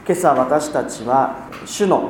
今朝私たちは主の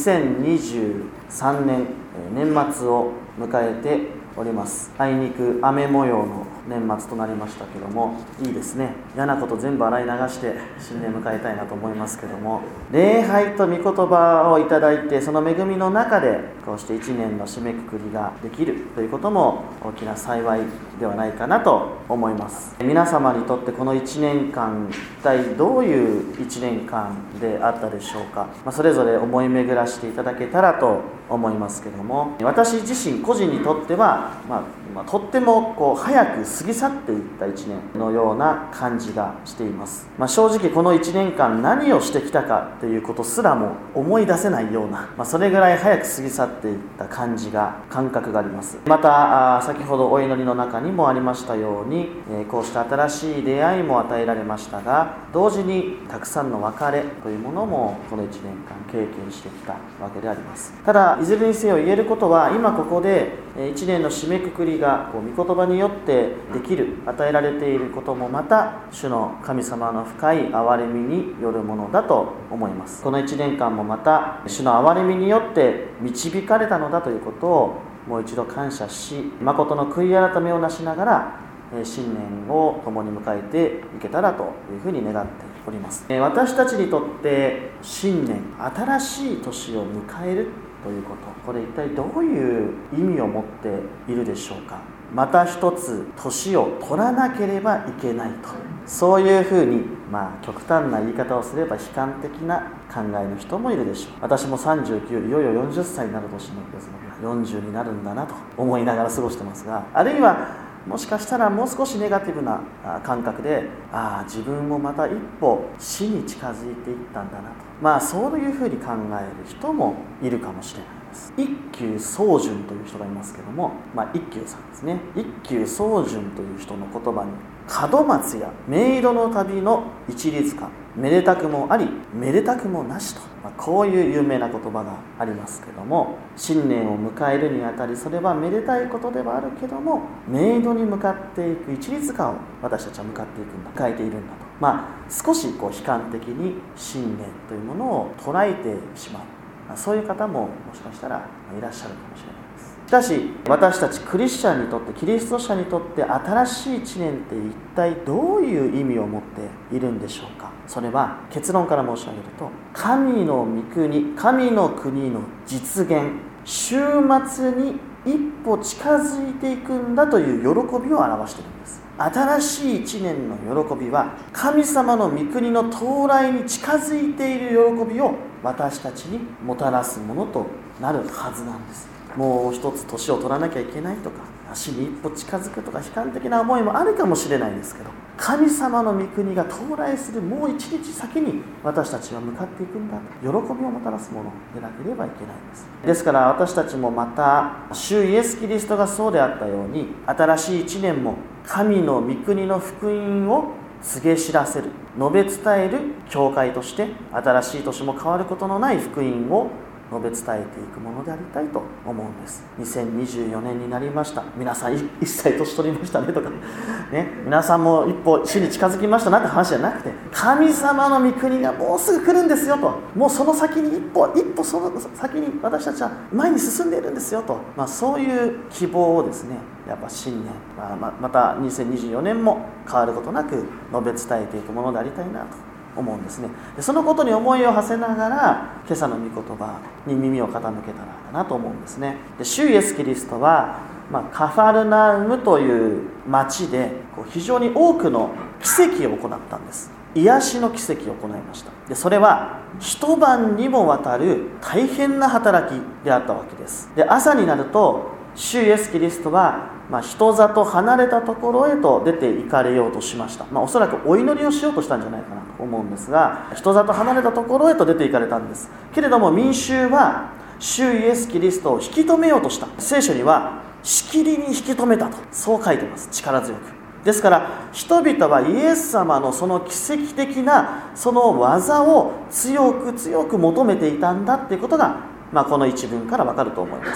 2023年年末を迎えております。あいにく雨模様の年末となりましたけども、いいですね。嫌なこと全部洗い流して新年迎えたいなと思いますけども、礼拝と御言葉をいただいて、その恵みの中でこうして1年の締めくくりができるということも大きな幸いではないかなと思います。皆様にとってこの1年間、一体どういう1年間であったでしょうか。それぞれ思い巡らしていただけたらと思いますけども、私自身個人にとっては、とっても早く過ぎ去っていった1年のような感じがしています。正直この1年間何をしてきたかということすらも思い出せないような、それぐらい早く過ぎ去っていった感覚があります。また先ほどお祈りの中にもありましたように、こうした新しい出会いも与えられましたが、同時にたくさんの別れというものもこの1年間経験してきたわけであります。ただいずれにせよ言えることは、今ここで1年の締めくくりが御言葉によってできる、与えられていることもまた主の神様の深い憐れみによるものだと思います。この1年間もまた主の憐れみによって導かれたのだということをもう一度感謝し、誠の悔い改めをなしながら新年を共に迎えていけたらというふうに願っております。私たちにとって新年、新しい年を迎えるということ、これ一体どういう意味を持っているでしょうか。また一つ年を取らなければいけないと、そういうふうに極端な言い方をすれば悲観的な考えの人もいるでしょう。私も39、いよいよ40歳になる年のですので、40になるんだなと思いながら過ごしてますが、あるいはもしかしたらもう少しネガティブな感覚で、自分もまた一歩死に近づいていったんだなと、そういうふうに考える人もいるかもしれないです。一休宗純という人がいますけども、一休さんですね。一休宗純という人の言葉に、門松や冥土の旅の一律か、めでたくもありめでたくもなしと、こういう有名な言葉がありますけども、新年を迎えるにあたり、それはめでたいことではあるけども、冥土に向かっていく一律化を私たちは迎えているんだと、少し悲観的に新年というものを捉えてしまう、そういう方ももしかしたらいらっしゃるかもしれないです。しかし私たちクリスチャンにとって、キリスト者にとって新しい1年って一体どういう意味を持っているんでしょうか。それは結論から申し上げると、神の御国、神の国の実現、終末に一歩近づいていくんだという喜びを表しているんです。新しい1年の喜びは、神様の御国の到来に近づいている喜びを私たちにもたらすものとなるはずなんです。もう一つ年を取らなきゃいけないとか、足に一歩近づくとか悲観的な思いもあるかもしれないですけど、神様の御国が到来するもう一日先に私たちは向かっていくんだと、喜びをもたらすものでなければいけないんです。ですから私たちもまた主イエス・キリストがそうであったように、新しい1年も神の御国の福音を告げ知らせる、述べ伝える教会として、新しい年も変わることのない福音を述べ伝えていくものでありたいと思うんです。2024年になりました。皆さん1歳年取りましたねとかね、皆さんも一歩死に近づきましたなって話じゃなくて、神様の御国がもうすぐ来るんですよと、もうその先に一歩その先に私たちは前に進んでいるんですよと、そういう希望をですね、やっぱ新年、また2024年も変わることなく述べ伝えていくものでありたいなと思うんですね。でそのことに思いを馳せながら、今朝の御言葉に耳を傾けたらなと思うんですね。で主イエスキリストは、カファルナウムという町で非常に多くの奇跡を行ったんです。癒しの奇跡を行いました。でそれは一晩にもわたる大変な働きであったわけです。で朝になると主イエスキリストは人里離れたところへと出て行かれようとしました。おそらくお祈りをしようとしたんじゃないかなと思うんですが、人里離れたところへと出て行かれたんです。けれども民衆は主イエスキリストを引き止めようとした。聖書にはしきりに引き止めたと、そう書いてます。力強く。ですから人々はイエス様のその奇跡的なその技を強く求めていたんだっていうことが、この一文からわかると思います。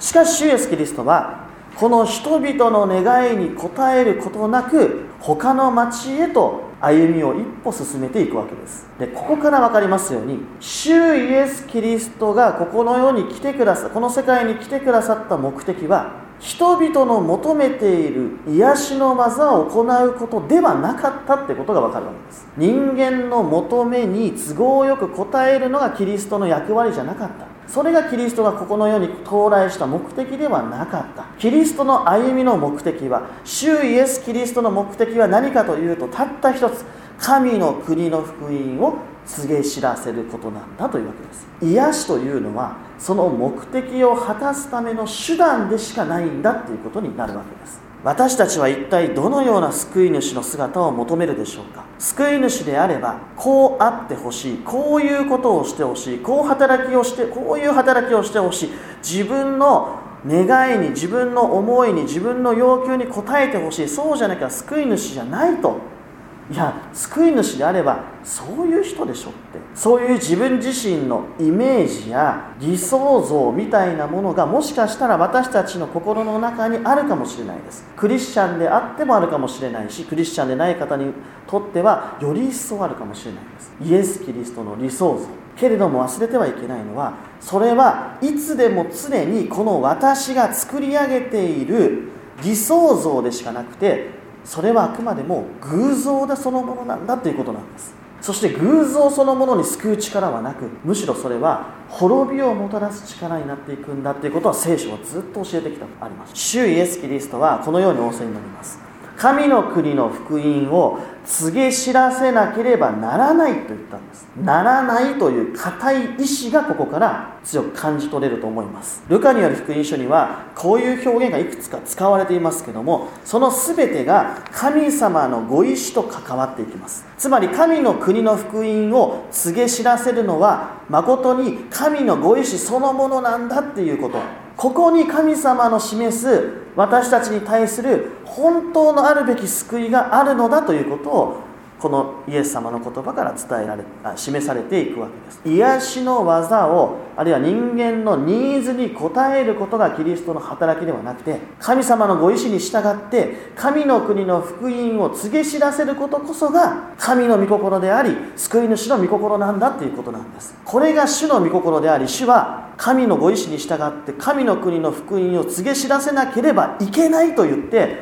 しかし主イエスキリストはこの人々の願いに応えることなく他の町へと歩みを一歩進めていくわけです。で、ここから分かりますように、主イエス・キリストがこの世に来てくださった、この世界に来てくださった目的は、人々の求めている癒しの技を行うことではなかったってことが分かるわけです。人間の求めに都合よく応えるのがキリストの役割じゃなかった。それがキリストがこの世に到来した目的ではなかった。キリストの歩みの目的は、主イエス・キリストの目的は何かというと、たった一つ、神の国の福音を告げ知らせることなんだというわけです。癒しというのはその目的を果たすための手段でしかないんだということになるわけです。私たちは一体どのような救い主の姿を求めるでしょうか。救い主であればこうあってほしい、こういうことをしてほしい、こういう働きをしてほしい、自分の願いに、自分の思いに、自分の要求に応えてほしい。そうじゃなきゃ救い主じゃないと。いや、救い主であればそういう人でしょって、そういう自分自身のイメージや理想像みたいなものがもしかしたら私たちの心の中にあるかもしれないです。クリスチャンであってもあるかもしれないし、クリスチャンでない方にとってはより一層あるかもしれないです。イエス・キリストの理想像。けれども忘れてはいけないのは、それはいつでも常にこの私が作り上げている理想像でしかなくて、それはあくまでも偶像でそのものなんだということなんです。そして偶像そのものに救う力はなく、むしろそれは滅びをもたらす力になっていくんだということは聖書はずっと教えてきたあります。主イエス・キリストはこのように仰せになります。神の国の福音を告げ知らせなければならないと言ったんです。ならないという固い意志がここから強く感じ取れると思います。ルカによる福音書にはこういう表現がいくつか使われていますけども、その全てが神様のご意志と関わっていきます。つまり神の国の福音を告げ知らせるのは誠に神のご意志そのものなんだっていうこと。ここに神様の示す私たちに対する本当のあるべき救いがあるのだということを、このイエス様の言葉から示されていくわけです。癒しの技を、あるいは人間のニーズに応えることがキリストの働きではなくて、神様のご意志に従って神の国の福音を告げ知らせることこそが神の御心であり、救い主の御心なんだということなんです。これが主の御心であり、主は神のご意志に従って神の国の福音を告げ知らせなければいけないと言って、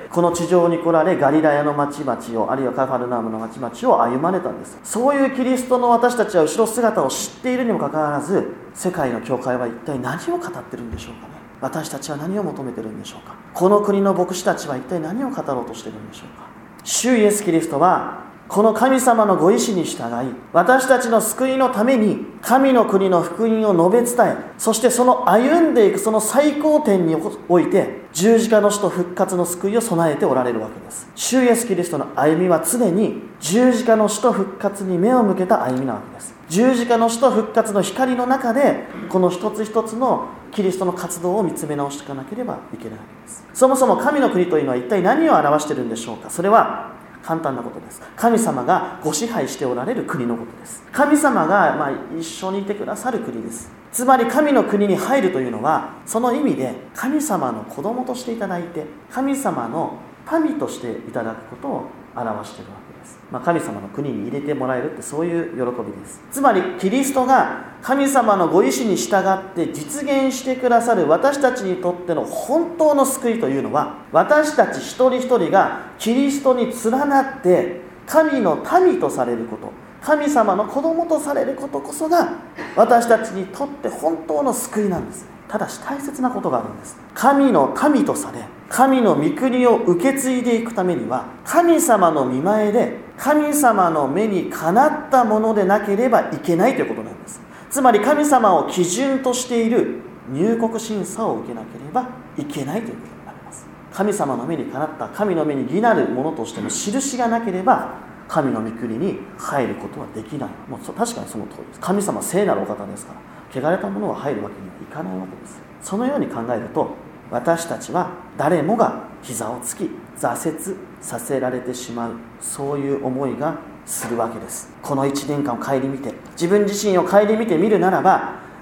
この地上に来られガリラヤの町々を、あるいはカファルナウムの町々を歩まれたんです。そういうキリストの私たちは後ろ姿を知っているにもかかわらず、世界の教会は一体何を語ってるんでしょうかね。私たちは何を求めてるんでしょうか。この国の牧師たちは一体何を語ろうとしているんでしょうか。主イエス・キリストはこの神様のご意志に従い、私たちの救いのために神の国の福音を述べ伝え、そしてその歩んでいくその最高点において十字架の死と復活の救いを備えておられるわけです。主イエスキリストの歩みは常に十字架の死と復活に目を向けた歩みなわけです。十字架の死と復活の光の中でこの一つ一つのキリストの活動を見つめ直していかなければいけないわけです。そもそも神の国というのは一体何を表しているんでしょうか。それは簡単なことです。神様がご支配しておられる国のことです。神様が一緒にいてくださる国です。つまり神の国に入るというのは、その意味で神様の子供としていただいて、神様の民としていただくことを表しているわけです。神様の国に入れてもらえるってそういう喜びです。つまりキリストが神様のご意志に従って実現してくださる私たちにとっての本当の救いというのは、私たち一人一人がキリストに連なって神の民とされること、神様の子供とされることこそが私たちにとって本当の救いなんです。ただし大切なことがあるんです。神の民とされ、神の御国を受け継いでいくためには、神様の御前で神様の目にかなったものでなければいけないということなんです。つまり神様を基準としている入国審査を受けなければいけないということになります。神様の目にかなった、神の目に義なるものとしての印がなければ神の御国に入ることはできない。確かにその通りです。神様は聖なるお方ですから、汚れたものは入るわけにはいかないわけです。そのように考えると、私たちは誰もが膝をつき挫折させられてしまう、そういう思いがするわけです。この1年間を顧みて、自分自身を顧みてみるならば、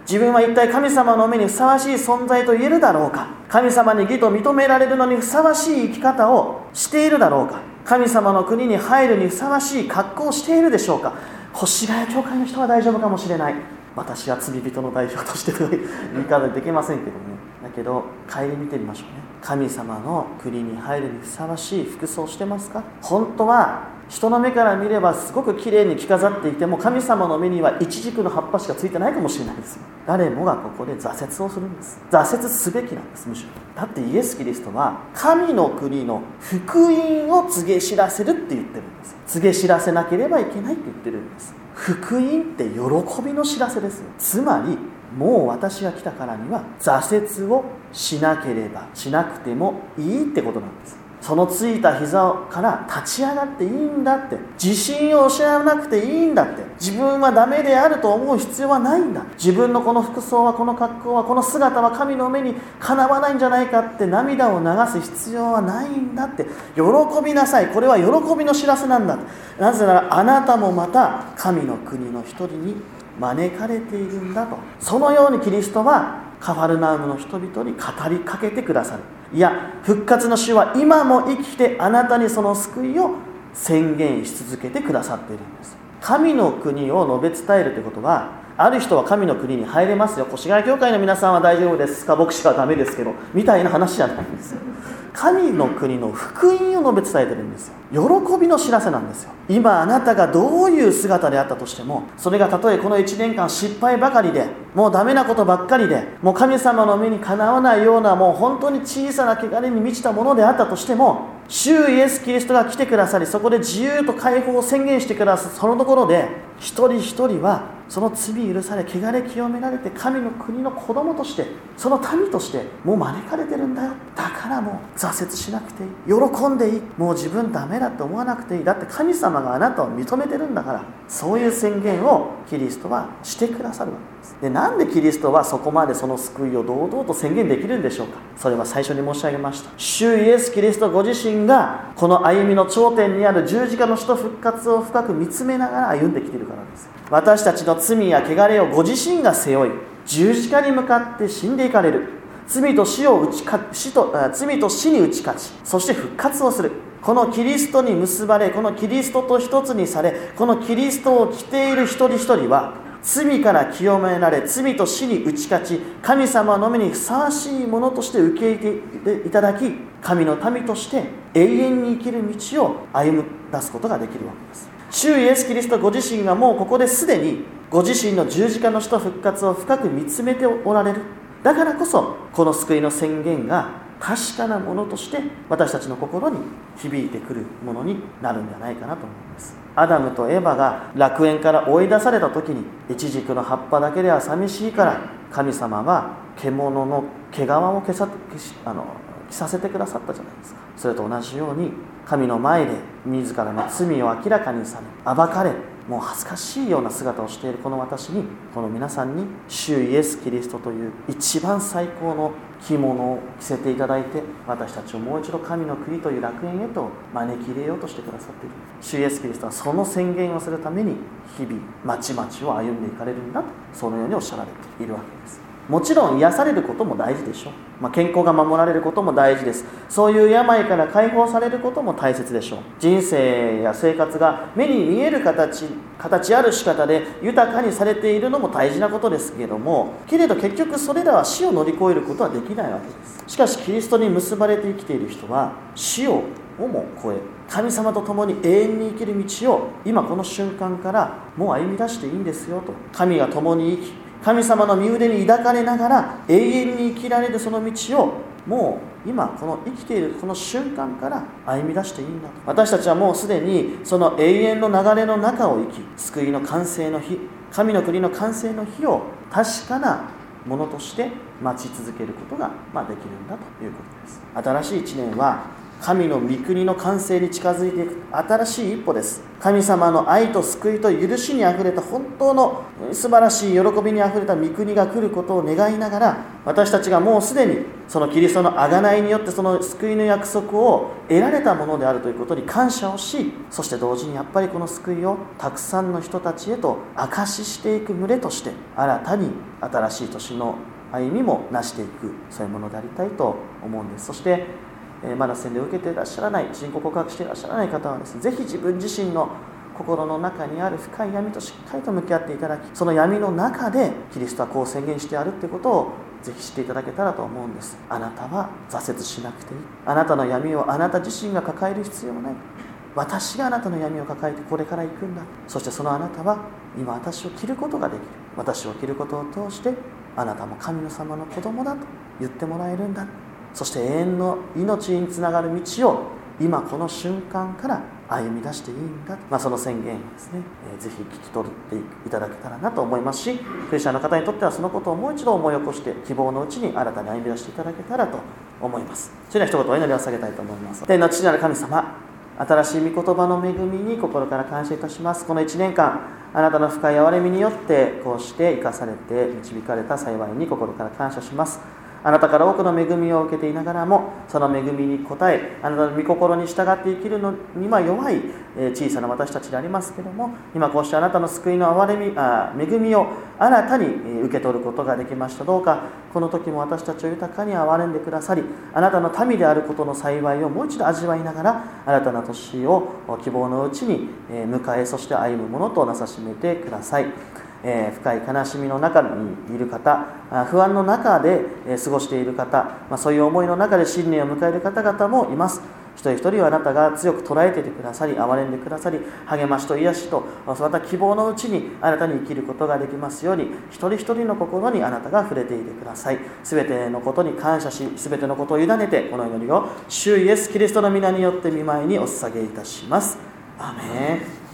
自分は一体神様の目にふさわしい存在と言えるだろうか。神様に義と認められるのにふさわしい生き方をしているだろうか。神様の国に入るにふさわしい格好をしているでしょうか。越谷教会の人は大丈夫かもしれない。私は罪人の代表としてという言い方できませんけどね。だけど顧みてみましょうね。神様の国に入るにふさわしい服装をしてますか。本当は人の目から見ればすごくきれいに着飾っていても、神様の目にはイチジクの葉っぱしかついてないかもしれないですよ。誰もがここで挫折をするんです。挫折すべきなんです。むしろだってイエス・キリストは神の国の福音を告げ知らせるって言ってるんです。告げ知らせなければいけないって言ってるんです。福音って喜びの知らせですよ。つまりもう私が来たからには挫折をしなければしなくてもいいってことなんです。そのついた膝から立ち上がっていいんだって、自信を失わなくていいんだって、自分はダメであると思う必要はないんだ、自分のこの服装は、この格好は、この姿は神の目にかなわないんじゃないかって涙を流す必要はないんだって、喜びなさい。これは喜びの知らせなんだ。なぜならあなたもまた神の国の一人に招かれているんだと。そのようにキリストはカファルナウムの人々に語りかけてくださる。いや、復活の主は今も生きてあなたにその救いを宣言し続けてくださっているんです。神の国を述べ伝えるということは、ある人は神の国に入れますよ、越谷教会の皆さんは大丈夫ですか、牧師はダメですけどみたいな話じゃないんですよ。神の国の福音を述べ伝えてるんですよ。喜びの知らせなんですよ。今あなたがどういう姿であったとしても、それがたとえこの1年間失敗ばかりで、もうダメなことばっかりで、もう神様の目にかなわないような、もう本当に小さな汚れに満ちたものであったとしても、主イエス・キリストが来てくださり、そこで自由と解放を宣言してくださるそのところで、一人一人はその罪許され、汚れ清められて、神の国の子供として、その民としてもう招かれてるんだよ。だからもう挫折しなくていい、喜んでいい、もう自分ダメだって思わなくていい、だって神様があなたを認めてるんだから。そういう宣言をキリストはしてくださるわけです。で、なんでキリストはそこまでその救いを堂々と宣言できるんでしょうか。それは最初に申し上げました。主イエス・キリストご自身がこの歩みの頂点にある十字架の死と復活を深く見つめながら歩んできているからです。私たちの罪や汚れをご自身が背負い、十字架に向かって死んでいかれる。罪と死に打ち勝ち、そして復活をする。このキリストに結ばれ、このキリストと一つにされ、このキリストを着ている一人一人は罪から清められ、罪と死に打ち勝ち、神様の目にふさわしいものとして受け入れていただき、神の民として永遠に生きる道を歩み出すことができるわけです。主イエス・キリストご自身がもうここですでにご自身の十字架の死と復活を深く見つめておられる。だからこそこの救いの宣言が確かなものとして私たちの心に響いてくるものになるんじゃないかなと思います。アダムとエバが楽園から追い出された時に、イチジクの葉っぱだけでは寂しいから神様は獣の毛皮を着させてくださったじゃないですか。それと同じように神の前で自らの罪を明らかにされ、暴かれ、もう恥ずかしいような姿をしているこの私に、この皆さんに主イエス・キリストという一番最高の着物を着せていただいて、私たちをもう一度神の国という楽園へと招き入れようとしてくださっている。主イエス・キリストはその宣言をするために日々まちまちを歩んでいかれるんだと、そのようにおっしゃられているわけです。もちろん癒されることも大事でしょう。健康が守られることも大事です。そういう病から解放されることも大切でしょう。人生や生活が目に見える形ある仕方で豊かにされているのも大事なことですけれども、けれど結局それらは死を乗り越えることはできないわけです。しかしキリストに結ばれて生きている人は死をも超え、神様と共に永遠に生きる道を今この瞬間からもう歩み出していいんですよと。神が共に生き、神様の御腕に抱かれながら永遠に生きられるその道をもう今この生きているこの瞬間から歩み出していいんだと。私たちはもうすでにその永遠の流れの中を生き、救いの完成の日、神の国の完成の日を確かなものとして待ち続けることができるんだということです。新しい1年は神の御国の完成に近づいていく新しい一歩です。神様の愛と救いと許しにあふれた本当の素晴らしい喜びにあふれた御国が来ることを願いながら、私たちがもうすでにそのキリストの贖いによってその救いの約束を得られたものであるということに感謝をし、そして同時にやっぱりこの救いをたくさんの人たちへと証ししていく群れとして、新たに新しい年の歩みもなしていく、そういうものでありたいと思うんです。そしてまだ洗礼を受けていらっしゃらない、信仰告白していらっしゃらない方はですね、ぜひ自分自身の心の中にある深い闇としっかりと向き合っていただき、その闇の中でキリストはこう宣言してあるということをぜひ知っていただけたらと思うんです。あなたは挫折しなくていい。あなたの闇をあなた自身が抱える必要はない。私があなたの闇を抱えてこれから行くんだ。そしてそのあなたは今私を着ることができる。私を着ることを通してあなたも神の様の子供だと言ってもらえるんだ。そして永遠の命につながる道を今この瞬間から歩み出していいんだ、その宣言をですね、ぜひ聞き取っていただけたらなと思いますし、クリスチャンの方にとってはそのことをもう一度思い起こして希望のうちに新たに歩み出していただけたらと思います。それでは一言お祈りを下げたいと思います。天の父なる神様、新しい御言葉の恵みに心から感謝いたします。この1年間あなたの深い憐れみによってこうして生かされて導かれた幸いに心から感謝します。あなたから多くの恵みを受けていながらも、その恵みに応え、あなたの御心に従って生きるのには弱い小さな私たちでありますけれども、今こうしてあなたの救いの恵みを新たに受け取ることができました。どうかこの時も私たちを豊かに憐れんでくださり、あなたの民であることの幸いをもう一度味わいながら、新たな年を希望のうちに迎え、そして歩むものとなさしめてください。深い悲しみの中にいる方、不安の中で過ごしている方、そういう思いの中で新年を迎える方々もいます。一人一人をあなたが強く捉えていてくださり、憐れんでくださり、励ましと癒しと、また希望のうちに新たに生きることができますように、一人一人の心にあなたが触れていてください。すべてのことに感謝し、すべてのことを委ねて、この祈りを主イエスキリストの皆によって御前にお捧げいたします。アーメン。